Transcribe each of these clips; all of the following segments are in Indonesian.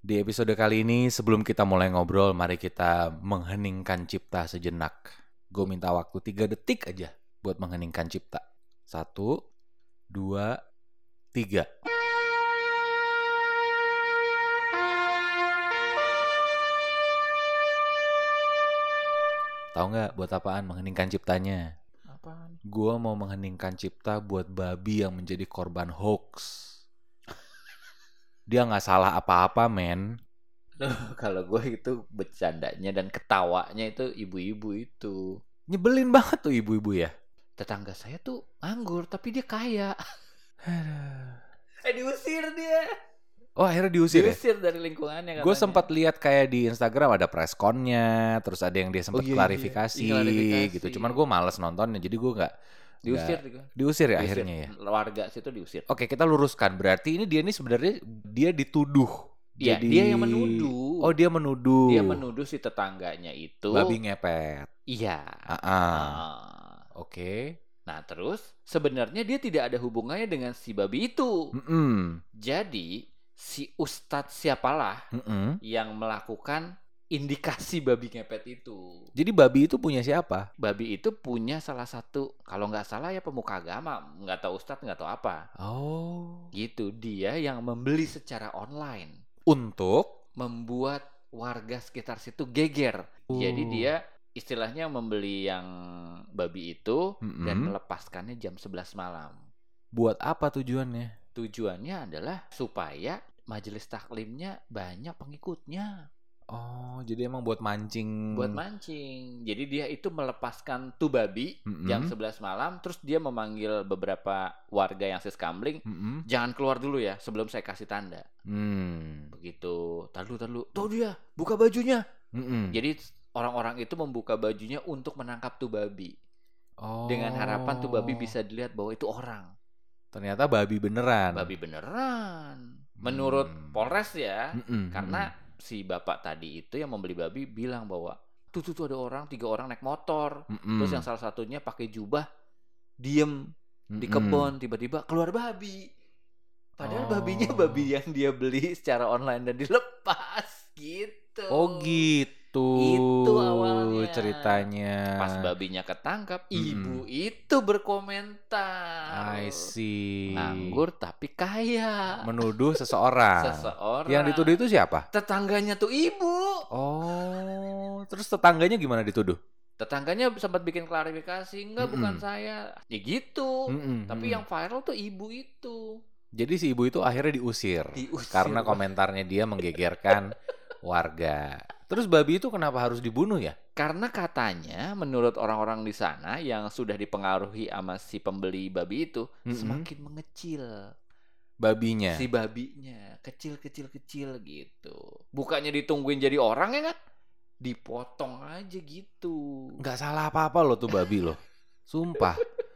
Di episode kali ini, sebelum kita mulai ngobrol, mari kita mengheningkan cipta sejenak. Gue minta waktu 3 detik aja buat mengheningkan cipta. 1, 2, 3. Tahu nggak buat apaan mengheningkan ciptanya? Apaan? Gue mau mengheningkan cipta buat babi yang menjadi korban hoax. Dia nggak salah apa-apa, men. Kalau gue itu bercandanya dan ketawanya itu ibu-ibu itu. Nyebelin banget tuh ibu-ibu ya. Tetangga saya tuh nganggur tapi dia kaya. Diusir dia. Oh, akhirnya diusir ya? Diusir dari lingkungannya katanya. Gue sempat lihat kayak di Instagram ada press con-nya, terus ada yang dia sempat klarifikasi gitu. Cuman gue males nontonnya, jadi gue nggak diusir. Diusir ya akhirnya ya. Warga situ diusir. Oke, kita luruskan. Berarti dia sebenarnya dia dituduh. Iya, Jadi dia yang menuduh. Oh, dia menuduh. Dia menuduh si tetangganya itu babi ngepet. Iya. Oke. Nah, terus sebenarnya dia tidak ada hubungannya dengan si babi itu. Jadi si ustadz siapalah yang melakukan indikasi babi ngepet itu. Jadi babi itu punya siapa? Babi itu punya salah satu, kalau nggak salah ya pemuka agama, nggak tahu ustadz, nggak tahu apa. Oh. Gitu, dia yang membeli secara online. Untuk membuat warga sekitar situ geger. Jadi dia istilahnya membeli yang babi itu dan melepaskannya jam 11 malam. Buat apa tujuannya? Tujuannya adalah supaya majelis taklimnya banyak pengikutnya. Oh, jadi emang buat mancing. Buat mancing. Jadi dia itu melepaskan tuh babi jam 11 malam, terus dia memanggil beberapa warga yang seskamling, jangan keluar dulu ya sebelum saya kasih tanda. Begitu. Tar dulu. Tuh dia, buka bajunya. Jadi orang-orang itu membuka bajunya untuk menangkap tuh babi. Dengan harapan tuh babi bisa dilihat bahwa itu orang. Ternyata babi beneran. Babi beneran. Menurut Polres ya, karena si bapak tadi itu yang membeli babi bilang bahwa tuh ada orang, 3 orang naik motor, terus yang salah satunya pakai jubah, diem di kebun, tiba-tiba keluar babi. Padahal babinya babi yang dia beli secara online dan dilepas gitu. Oh gitu. Itu awalnya ceritanya. Pas babinya ketangkap, ibu itu berkomentar. I see. Nganggur tapi kaya. Menuduh seseorang. Yang dituduh itu siapa? Tetangganya tuh ibu. Oh, terus tetangganya gimana dituduh? Tetangganya sempat bikin klarifikasi, enggak bukan saya. Ya gitu. Tapi yang viral tuh ibu itu. Jadi si ibu itu akhirnya diusir. Karena komentarnya dia menggegerkan warga. Terus babi itu kenapa harus dibunuh ya? Karena katanya menurut orang-orang di sana yang sudah dipengaruhi sama si pembeli babi itu semakin mengecil. Babinya? Si babinya kecil gitu. Bukannya ditungguin jadi orang ya kan? Dipotong aja gitu. Nggak salah apa-apa loh tuh babi loh. Sumpah.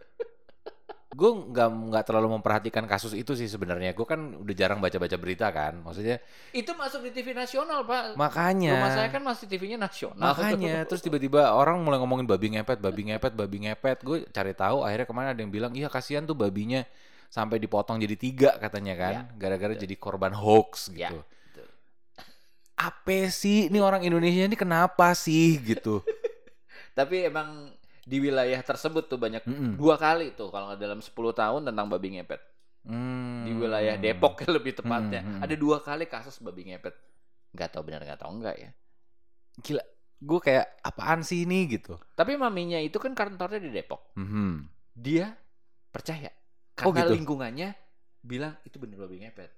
Gue nggak terlalu memperhatikan kasus itu sih sebenarnya. Gue kan udah jarang baca-baca berita kan. Maksudnya itu masuk di TV nasional, Pak. Makanya. Rumah saya kan masih TV-nya nasional. Makanya. Terus tiba-tiba orang mulai ngomongin babi ngepet. Gue cari tahu. Akhirnya kemarin ada yang bilang, iya kasihan tuh babinya sampai dipotong jadi 3 katanya kan. Ya, gara-gara jadi korban hoax gitu. Ya, apa sih? Ini orang Indonesia ini kenapa sih gitu? Tapi emang di wilayah tersebut tuh banyak 2 kali tuh kalau dalam 10 tahun tentang babi ngepet. Di wilayah Depok lebih tepatnya. Ada 2 kali kasus babi ngepet. Gak tahu benar gak tahu enggak ya. Gila, gue kayak apaan sih ini gitu. Tapi maminya itu kan kantornya di Depok. Dia percaya karena gitu? lingkungannya bilang itu bener babi ngepet.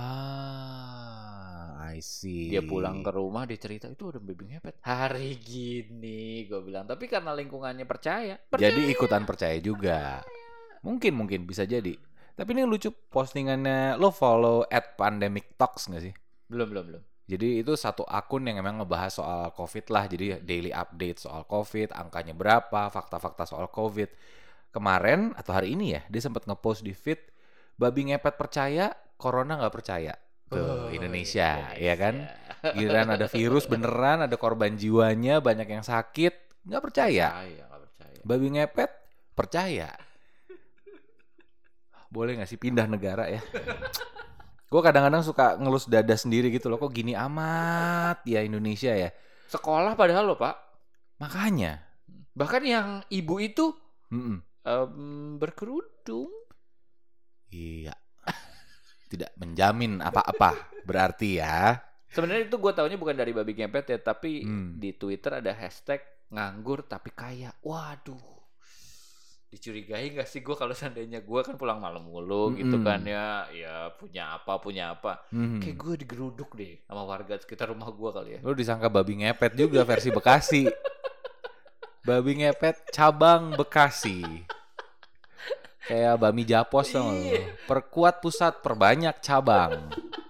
I see. Dia pulang ke rumah, dia cerita itu ada babi ngepet. Hari gini gue bilang, tapi karena lingkungannya percaya. Jadi ikutan percaya juga. Mungkin bisa jadi. Tapi ini lucu postingannya, lo follow @pandemictalks nggak sih? Belum. Jadi itu satu akun yang emang ngebahas soal COVID lah. Jadi daily update soal COVID, angkanya berapa, fakta-fakta soal COVID. Kemarin atau hari ini ya, dia sempat ngepost di feed, babi ngepet percaya, corona nggak percaya. Tuh, Indonesia, ya kan? Giliran ada virus beneran, ada korban jiwanya, banyak yang sakit, nggak percaya. Babi ngepet percaya. Boleh nggak sih pindah negara ya? Gue kadang-kadang suka ngelus dada sendiri gitu loh. Kok gini amat ya Indonesia ya. Sekolah padahal loh Pak. Makanya. Bahkan yang ibu itu berkerudung. Iya. Tidak menjamin apa-apa berarti ya. Sebenarnya itu gue taunya bukan dari babi ngepet ya, tapi di Twitter ada hashtag nganggur tapi kaya. Waduh. Dicurigai gak sih gue kalau seandainya gue kan pulang malam mulu gitu kan ya punya apa. Kayak gue digeruduk deh sama warga sekitar rumah gue kali ya. Lu disangka babi ngepet juga versi Bekasi. Babi ngepet cabang Bekasi. Kayak Bami Japos tau lu. Perkuat pusat, perbanyak cabang.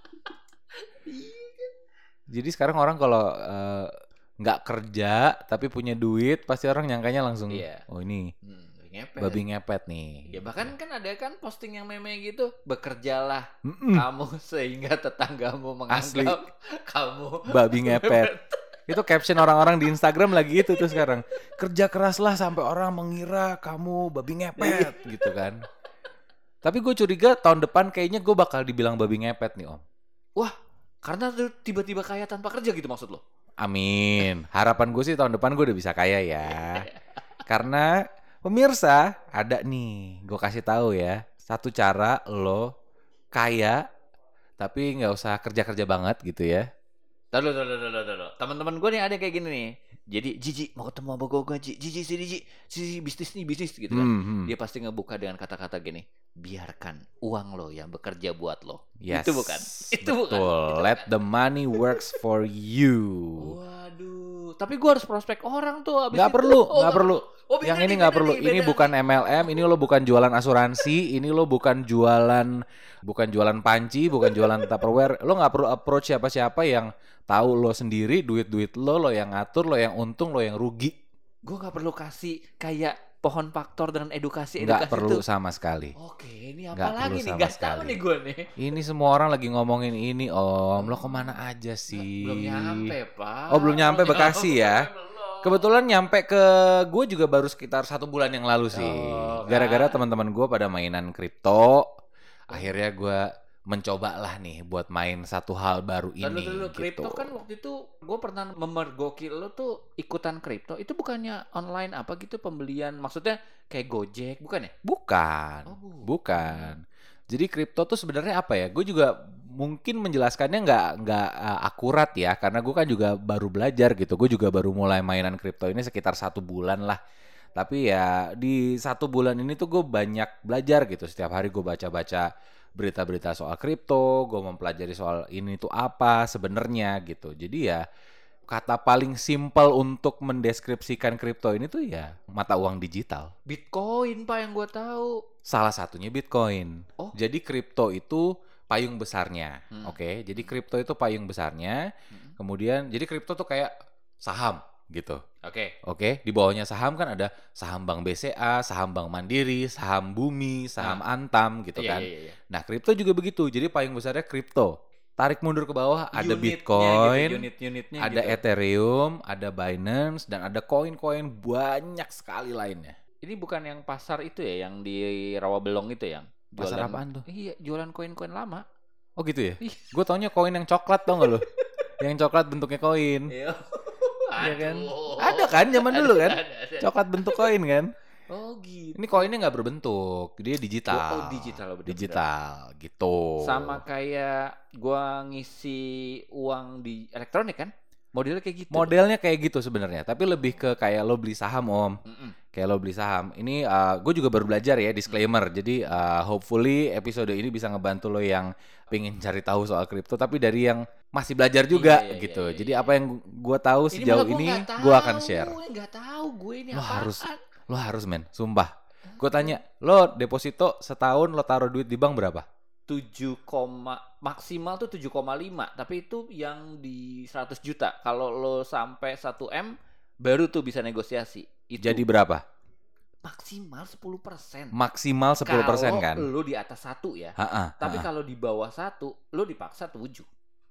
Jadi sekarang orang kalau nggak kerja tapi punya duit, pasti orang nyangkanya langsung, oh ini babi ngepet nih. Ya bahkan kan ada kan posting yang meme gitu, bekerjalah kamu sehingga tetanggamu menganggap kamu babi ngepet. Itu caption orang-orang di Instagram lagi itu tuh sekarang. Kerja keraslah sampai orang mengira kamu babi ngepet gitu kan. Tapi gue curiga tahun depan kayaknya gue bakal dibilang babi ngepet nih Om. Wah, karena tiba-tiba kaya tanpa kerja gitu maksud lo? Amin. Harapan gue sih tahun depan gue udah bisa kaya ya. Karena pemirsa ada nih, gue kasih tahu ya. Satu cara lo kaya tapi nggak usah kerja-kerja banget gitu ya. Tahu. Teman-teman gue nih ada kayak gini nih. Jadi Jiji mau ketemu sama gue Jiji bisnis gitu kan. Dia pasti ngebuka dengan kata-kata gini. Biarkan uang lo yang bekerja buat lo. Yes, Itu bukan. Betul. Let the money works for you. Waduh. Tapi gue harus prospek orang tuh. Gak perlu. Oh, yang ini nggak perlu. Ini bukan MLM. Ini lo bukan jualan asuransi. Ini lo bukan jualan panci, bukan jualan Tupperware. Lo nggak perlu approach siapa-siapa yang tahu lo sendiri, duit lo yang ngatur, lo yang untung, lo yang rugi. Gue nggak perlu kasih kayak pohon faktor dengan edukasi nggak perlu itu. Sama sekali. Oke, ini apa lagi nih? Gak tahu nih gue nih. Ini semua orang lagi ngomongin ini Om. Lo kemana aja sih? Belum nyampe Pak. Oh belum nyampe Bekasi ya? Kebetulan nyampe ke gue juga baru sekitar 1 bulan yang lalu sih. Gara-gara teman-teman gue pada mainan kripto. Akhirnya gue mencoba lah nih buat main satu hal baru ini. Lalu kripto kan waktu itu gue pernah memergoki lo tuh ikutan kripto. Itu bukannya online apa gitu pembelian? Maksudnya kayak Gojek bukan ya? Bukan. Jadi kripto tuh sebenarnya apa ya? Gue juga mungkin menjelaskannya nggak akurat ya, karena gue kan juga baru belajar gitu. Gue juga baru mulai mainan kripto ini sekitar 1 bulan lah. Tapi ya di 1 bulan ini tuh gue banyak belajar gitu. Setiap hari gue baca-baca berita-berita soal kripto, gue mempelajari soal ini tuh apa sebenarnya gitu. Jadi ya kata paling simpel untuk mendeskripsikan kripto ini tuh ya mata uang digital. Bitcoin Pak yang gue tahu. Salah satunya Bitcoin. Jadi kripto itu payung besarnya. Oke, jadi kripto itu payung besarnya. Kemudian jadi kripto tuh kayak saham gitu. Oke, di bawahnya saham kan ada saham Bank BCA, saham Bank Mandiri, saham Bumi, saham Antam gitu kan. Iya. Nah, kripto juga begitu. Jadi payung besarnya kripto. Tarik mundur ke bawah ada Bitcoin, unit-unitnya ada gitu. Ethereum, ada Binance, dan ada koin-koin banyak sekali lainnya. Ini bukan yang pasar itu ya, yang di Rawabelong itu yang pasar apaan tuh? Iya, jualan koin-koin lama. Oh gitu ya? Gue taunya koin yang coklat tau gak lo? Yang coklat bentuknya koin. Iya kan? Ada kan zaman dulu kan? Ada. Coklat bentuk koin kan? Oh gitu. Ini koinnya nggak berbentuk, dia digital. Digital gitu. Sama kayak gua ngisi uang di elektronik kan? Modelnya kayak gitu. Modelnya kayak gitu sebenarnya, tapi lebih ke kayak lo beli saham Om. Kayak lo beli saham. Ini gue juga baru belajar ya, disclaimer. Jadi hopefully episode ini bisa ngebantu lo yang pengen cari tahu soal kripto, tapi dari yang masih belajar juga gitu. Jadi apa yang gue tahu sejauh ini gue akan share. Nggak tahu gue ini Lo harus men, sumpah. Gue tanya, lo deposito setahun lo taruh duit di bank berapa? Maksimal tuh 7,5, tapi itu yang di 100 juta. Kalau lo sampai 1 M baru tuh bisa negosiasi. Itu jadi berapa? Maksimal 10%. Maksimal 10% kan? Kalau lo di atas 1 ya. Tapi kalau di bawah 1 lo dipaksa 7.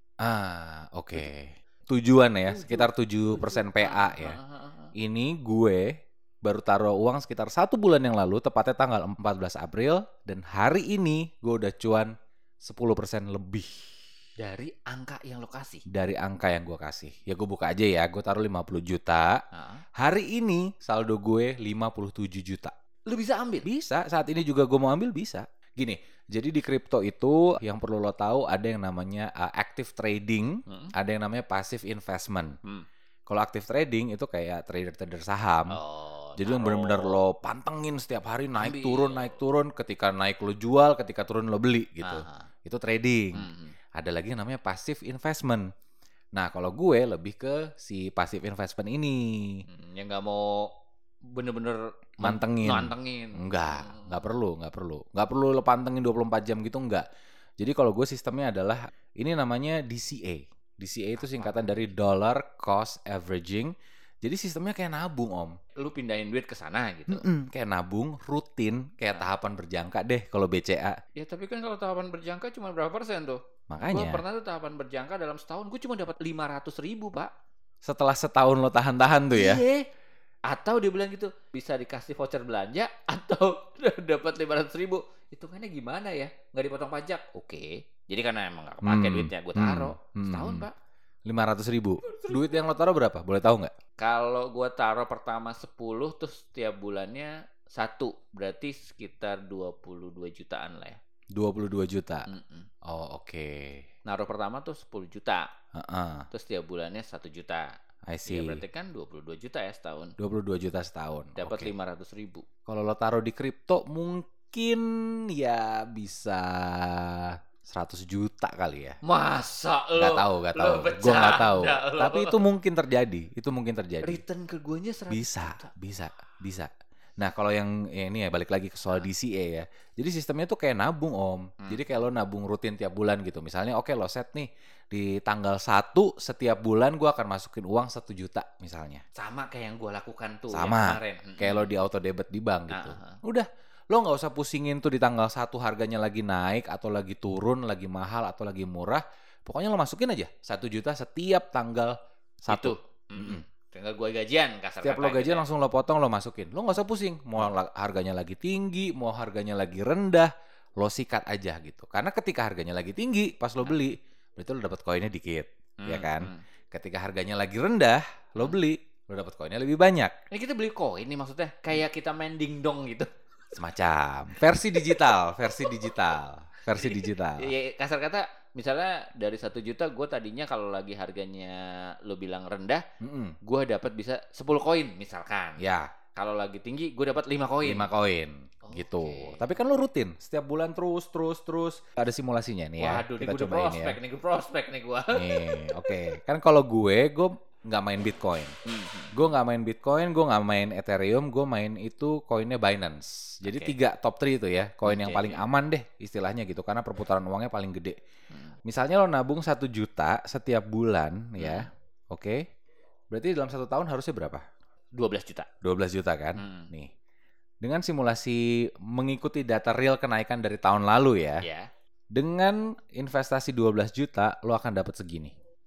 Oke. Tujuan ya, sekitar 7% PA ya. Ini gue baru taruh uang sekitar 1 bulan yang lalu, tepatnya tanggal 14 April. Dan hari ini gue udah cuan 10% lebih. Dari angka yang lo kasih? Dari angka yang gue kasih. Ya gue buka aja ya, gue taruh 50 juta. Hari ini saldo gue 57 juta. Lu bisa ambil? Bisa, saat ini juga gue mau ambil bisa. Gini, jadi di kripto itu yang perlu lo tahu ada yang namanya active trading, ada yang namanya passive investment. Kalau active trading itu kayak trader-trader saham. Jadi yang benar-benar lo pantengin setiap hari naik turun, ketika naik lo jual, ketika turun lo beli gitu. Itu trading. Ada lagi yang namanya passive investment. Nah, kalau gue lebih ke si passive investment ini. Yang nggak mau bener-bener mantengin. Nggak perlu. Nggak perlu lo pantengin 24 jam gitu, nggak. Jadi kalau gue sistemnya adalah, ini namanya DCA. DCA itu singkatan dari Dollar Cost Averaging. Jadi sistemnya kayak nabung, Om. Lu pindahin duit ke sana gitu. Kayak nabung, rutin, kayak tahapan berjangka deh kalau BCA. Ya tapi kan kalau tahapan berjangka cuma berapa persen tuh? Makanya. Gue pernah tuh tahapan berjangka dalam setahun gue cuma dapat 500.000, Pak. Setelah setahun lo tahan-tahan tuh ya? Iya. Atau dia bilang gitu, bisa dikasih voucher belanja atau dapat 500.000. Hitungannya gimana ya? Nggak dipotong pajak? Oke. Jadi karena emang nggak kepake duitnya, gue taruh setahun, Pak. 500.000. Duit yang lo taruh berapa? Boleh tahu nggak? Kalau gue taruh pertama 10, terus setiap bulannya 1, berarti sekitar 22 jutaan lah ya. 22 juta. Oh, oke. Naruh pertama tuh 10 juta. Terus setiap bulannya 1 juta. I see. Ya berarti kan 22 juta ya setahun. 22 juta setahun. Dapat 500.000. Kalau lo taruh di kripto mungkin ya bisa 100 juta kali ya. Masa lo? Gak tahu. Gue gak tahu. Tapi itu mungkin terjadi. Return ke guanya 100 juta. Bisa. Nah, kalau yang ini ya balik lagi ke soal DCA ya. Jadi sistemnya tuh kayak nabung, Om. Jadi kayak lo nabung rutin tiap bulan gitu. Misalnya oke, lo set nih di tanggal 1 setiap bulan gue akan masukin uang 1 juta misalnya. Sama kayak yang gue lakukan tuh sama. Kemarin. Kayak lo di auto debit di bank gitu. Udah, lo nggak usah pusingin tuh di tanggal 1 harganya lagi naik atau lagi turun, lagi mahal atau lagi murah. Pokoknya lo masukin aja 1 juta setiap tanggal 1. Tinggal gue gajian kasar. Setiap lo gajian langsung lo potong, lo masukin. Lo nggak usah pusing. Mau harganya lagi tinggi, mau harganya lagi rendah, lo sikat aja gitu. Karena ketika harganya lagi tinggi, pas lo beli, berarti lo dapat koinnya dikit, ya kan? Ketika harganya lagi rendah, lo beli, lo dapat koinnya lebih banyak. Ini kita beli koin nih maksudnya? Kayak kita main dingdong gitu. Semacam versi digital. Ya, kasar kata, misalnya dari 1 juta gue tadinya kalau lagi harganya lo bilang rendah, gue dapat bisa 10 koin misalkan. Ya. Kalau lagi tinggi gue dapat 5 koin. 5 koin gitu. Tapi kan lo rutin setiap bulan terus. Ada simulasinya nih ya. Waduh, kita cobain ya. Gue prospek nih gue. Nih, oke. Kan kalau gue nggak main Bitcoin. Gue nggak main Bitcoin, gue nggak main Ethereum, gue main itu koinnya Binance. Jadi 3 top 3 itu ya, koin yang paling aman deh istilahnya gitu, karena perputaran uangnya paling gede. Misalnya lo nabung 1 juta setiap bulan ya, oke. Berarti dalam 1 tahun harusnya berapa? 12 juta. 12 juta kan? Nih, dengan simulasi mengikuti data real kenaikan dari tahun lalu ya, dengan investasi 12 juta lo akan dapat segini.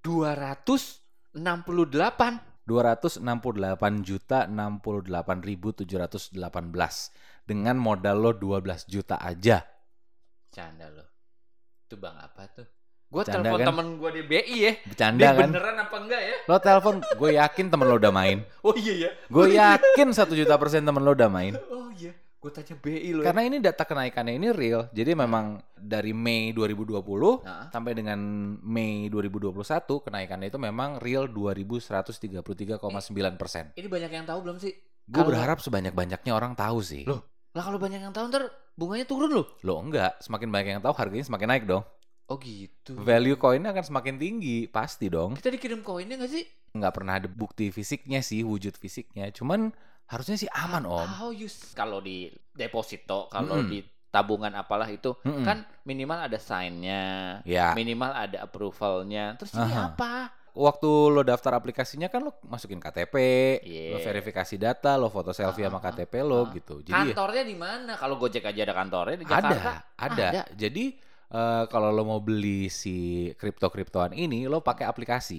268.068.718 dengan modal lo 12 juta aja. Canda lo. Itu bang apa tuh? Gue Bercanda telepon kan? temen gue di BI ya. Bercanda Dia kan? beneran apa enggak ya? Lo telepon, gue yakin temen lo udah main. Oh iya ya. Gue yakin 1 juta % temen lo udah main. Oh iya. Gue tanya BI lo. Karena ini data kenaikannya ini real. Jadi memang dari Mei 2020 sampai dengan Mei 2021 kenaikannya itu memang real 2.133,9%. Ini banyak yang tahu belum sih? Gue berharap sebanyak-banyaknya orang tahu sih. Loh, lah kalau banyak yang tahu ntar bunganya turun loh. Loh enggak, semakin banyak yang tahu harganya semakin naik dong. Oh gitu. Value koinnya akan semakin tinggi, pasti dong. Kita dikirim koinnya nggak sih? Nggak pernah ada bukti fisiknya sih, wujud fisiknya. Cuman harusnya sih aman, Om. Kalau di deposito, kalau di tabungan apalah itu, kan minimal ada sign-nya, minimal ada approval-nya. Terus ini apa? Waktu lo daftar aplikasinya kan lo masukin KTP, lo verifikasi data, lo foto selfie sama KTP lo gitu. Jadi kantornya di mana? Kalau Gojek aja ada kantornya di Jakarta. Ada. Jadi kalau lo mau beli si kripto-kriptoan ini, lo pakai aplikasi.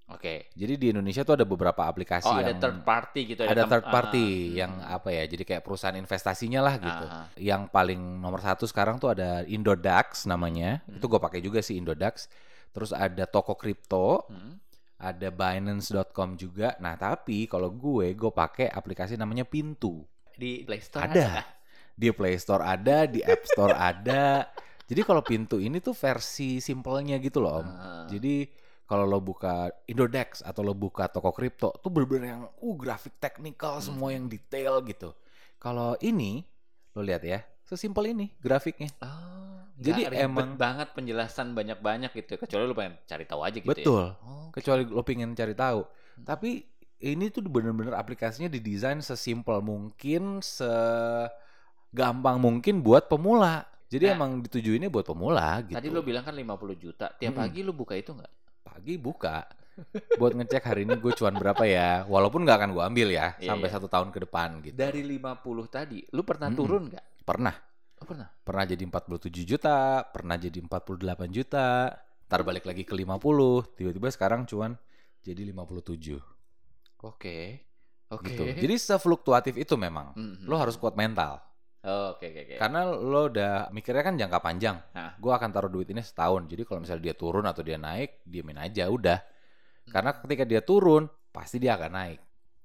Oke. Jadi di Indonesia tuh ada beberapa aplikasi ada yang third party gitu. ada third party yang apa ya, jadi kayak perusahaan investasinya lah gitu. Yang paling nomor 1 sekarang tuh ada Indodax namanya. Itu gue pakai juga sih Indodax. Terus ada toko kripto, ada Binance.com juga. Nah tapi kalau gue pakai aplikasi namanya Pintu. Di Play Store ada. Di Play Store ada, di App Store ada. Jadi kalau Pintu ini tuh versi simpelnya gitu loh Om. Jadi kalau lo buka Indodax atau lo buka toko kripto tuh bener-bener yang grafik teknikal semua yang detail gitu. Kalau ini lo lihat ya, sesimpel ini grafiknya. Jadi emang banget penjelasan banyak-banyak gitu. Kecuali lo pengen cari tahu aja gitu. Betul. Kecuali lo pengen cari tahu. Tapi ini tuh bener-bener aplikasinya didesain sesimpel mungkin, segampang mungkin buat pemula. Jadi emang ditujuinnya buat pemula gitu. Tadi lo bilang kan 50 juta. Tiap pagi lo buka itu nggak? Pagi buka buat ngecek hari ini gue cuan berapa ya, walaupun nggak akan gue ambil ya sampai 1 tahun ke depan gitu. Dari 50 tadi lu pernah turun nggak? Pernah jadi 47 juta, pernah jadi 48 juta, ntar balik lagi ke 50, tiba-tiba sekarang cuan jadi 57. Oke. Gitu. Jadi sefluktuatif itu memang. Lo harus kuat mental. Oke. Karena lo udah mikirnya kan jangka panjang. Gue akan taruh duit ini setahun. Jadi kalau misalnya dia turun atau dia naik, diemin aja udah. Karena ketika dia turun, pasti dia akan naik.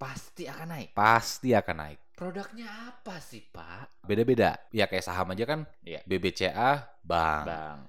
Pasti akan naik. Produknya apa sih, Pak? Beda-beda. Ya kayak saham aja kan. BBCA, bank.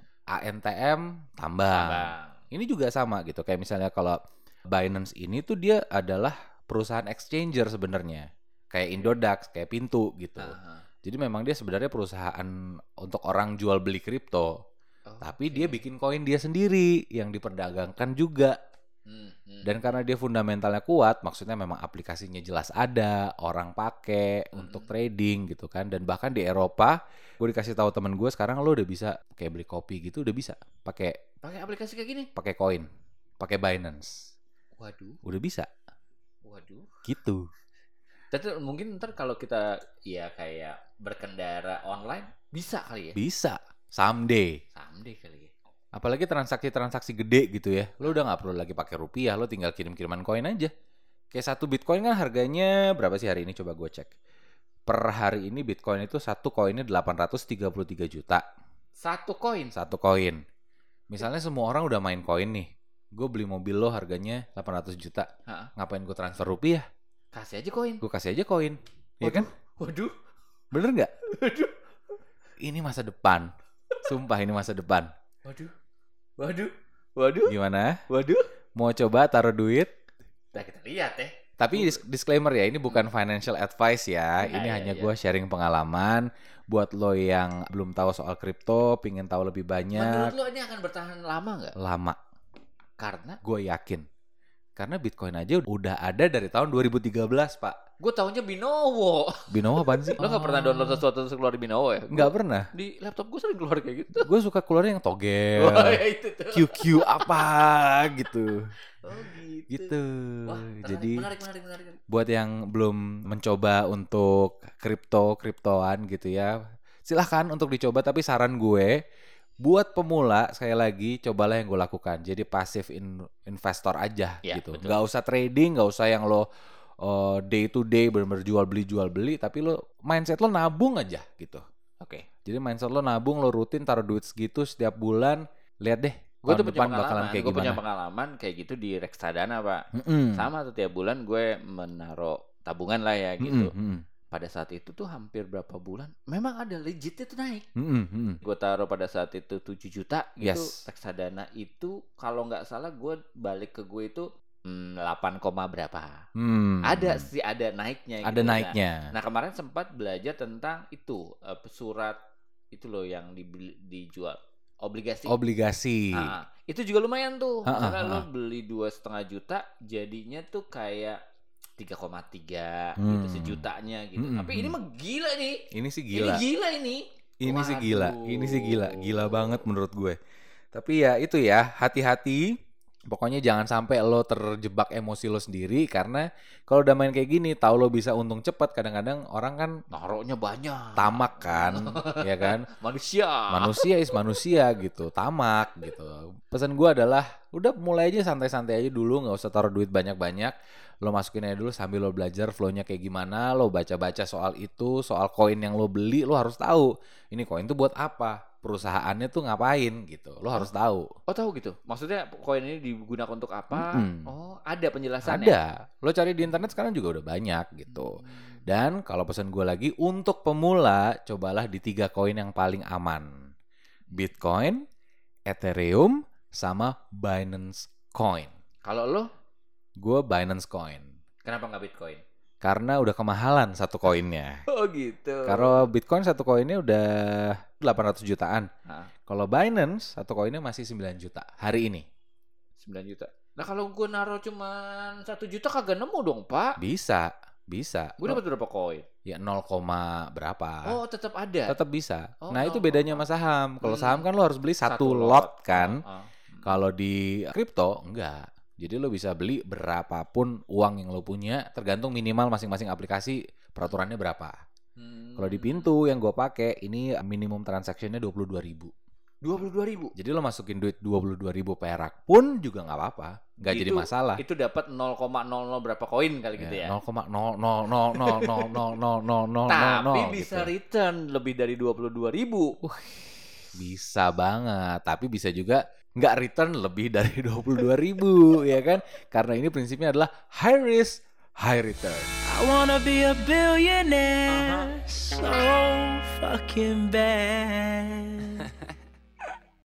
ANTM, tambang. Ini juga sama gitu. Kayak misalnya kalau Binance ini tuh dia adalah perusahaan exchanger sebenarnya. Kayak Indodax, kayak Pintu gitu. Jadi memang dia sebenarnya perusahaan untuk orang jual beli kripto. Tapi dia bikin koin dia sendiri yang diperdagangkan juga. Dan karena dia fundamentalnya kuat, maksudnya memang aplikasinya jelas ada, orang pakai untuk trading gitu kan. Dan bahkan di Eropa, gue dikasih tahu temen gue sekarang lo udah bisa kayak beli kopi gitu udah bisa pakai aplikasi kayak gini. Pakai koin, pakai Binance. Waduh. Udah bisa. Waduh. Gitu. Tapi mungkin ntar kalau kita ya kayak berkendara online bisa kali ya? Bisa. Someday kali ya. Apalagi transaksi gede gitu ya. Lo udah gak perlu lagi pakai rupiah, lo tinggal kirim-kiriman koin aja. Kayak 1 Bitcoin kan harganya berapa sih hari ini? Coba gue cek. Per hari ini Bitcoin itu 1 koinnya 833 juta. 1 koin? 1 koin. Misalnya semua orang udah main koin nih. Gue beli mobil lo harganya 800 juta. Ngapain gue transfer rupiah? Kasih aja koin. Gue kasih aja koin. Iya kan? Waduh. Bener gak? Waduh. Ini masa depan. Sumpah ini masa depan. Waduh. Gimana? Waduh. Mau coba taruh duit? Nah, kita lihat ya. Tapi disclaimer ya, ini bukan financial advice ya. Ini hanya gue sharing pengalaman. Buat lo yang belum tahu soal kripto, pingin tahu lebih banyak. Menurut lo ini akan bertahan lama nggak? Lama. Karena? Gue yakin. Karena Bitcoin aja udah ada dari tahun 2013, Pak. Gue taunya Binowo. Binowo apaan sih? Lo gak pernah download sesuatu terus keluar di Binowo ya? Nggak pernah. Di laptop gue sering keluar kayak gitu. Gue suka keluarnya yang togel. Ya itu tuh. QQ apa gitu. Gitu. Wah, jadi menarik. buat yang belum mencoba untuk kriptoan gitu ya, silahkan untuk dicoba. Tapi saran gue buat pemula, sekali lagi cobalah yang gue lakukan. Jadi passive investor aja gitu. Betul. Gak usah trading, gak usah yang lo day to day bener-bener jual beli, tapi lo mindset lo nabung aja gitu. Oke. Jadi mindset lo nabung, lo rutin taruh duit segitu setiap bulan. Lihat deh gue punya pengalaman kayak gitu di reksadana, Pak. Sama tuh tiap bulan gue menaruh tabungan lah ya gitu. Pada saat itu tuh hampir berapa bulan memang ada legitnya tuh naik. Gue taruh pada saat itu 7 juta gitu. Reksadana itu kalau nggak salah gue balik ke gue itu 8, berapa. Ada naiknya gitu. Ada naiknya. Nah kemarin sempat belajar tentang itu surat itu loh yang dijual obligasi. Nah, itu juga lumayan tuh. Misalnya lo beli 2,5 juta jadinya tuh kayak 3,3 gitu sejutanya gitu. Tapi ini mah gila nih. Ini sih gila. Ini sih gila banget menurut gue. Tapi ya itu ya, hati-hati Pokoknya jangan sampai lo terjebak emosi lo sendiri, karena kalau udah main kayak gini, tahu lo bisa untung cepat, kadang-kadang orang kan naruhnya banyak. Tamak kan, ya kan? Manusia is manusia gitu, tamak gitu. Pesan gue adalah udah mulai aja santai-santai aja dulu, nggak usah taruh duit banyak-banyak. Lo masukin aja dulu sambil lo belajar flow-nya kayak gimana, lo baca-baca soal itu, soal koin yang lo beli, lo harus tahu ini koin tuh buat apa, perusahaannya tuh ngapain gitu, lo harus tahu. Oh tahu gitu, maksudnya koin ini digunakan untuk apa? Oh ada penjelasannya. Ada, lo cari di internet sekarang juga udah banyak gitu. Dan kalau pesan gue lagi, untuk pemula cobalah di 3 koin yang paling aman: Bitcoin, Ethereum, sama Binance Coin. Kalau lo? Gue Binance Coin. Kenapa nggak Bitcoin? Karena udah kemahalan satu koinnya. Oh gitu. Kalau Bitcoin satu koinnya udah 800 jutaan. Kalau Binance satu koinnya masih 9 juta hari ini. 9 juta. Nah kalau gue naruh cuman 1 juta kagak nemu dong Pak? Bisa. Gue dapat berapa koin? Ya 0, berapa. Oh tetap ada? Tetap bisa. Nah itu bedanya sama saham. Kalau saham kan lo harus beli satu lot kan. Kalau di kripto enggak. Jadi lo bisa beli berapapun uang yang lo punya, tergantung minimal masing-masing aplikasi peraturannya berapa. Kalau di Pintu yang gue pakai ini minimum transactionnya 22.000. 22.000. Jadi lo masukin duit 22.000 perak pun juga nggak apa-apa, nggak jadi masalah. Itu dapat 0,00 berapa koin kali gitu ya? 0,000000000. Tapi bisa return lebih dari 22.000. Bisa banget, tapi bisa juga nggak return lebih dari 22.000 ya kan? Karena ini prinsipnya adalah high risk, high return. I wanna be a billionaire so fucking bad.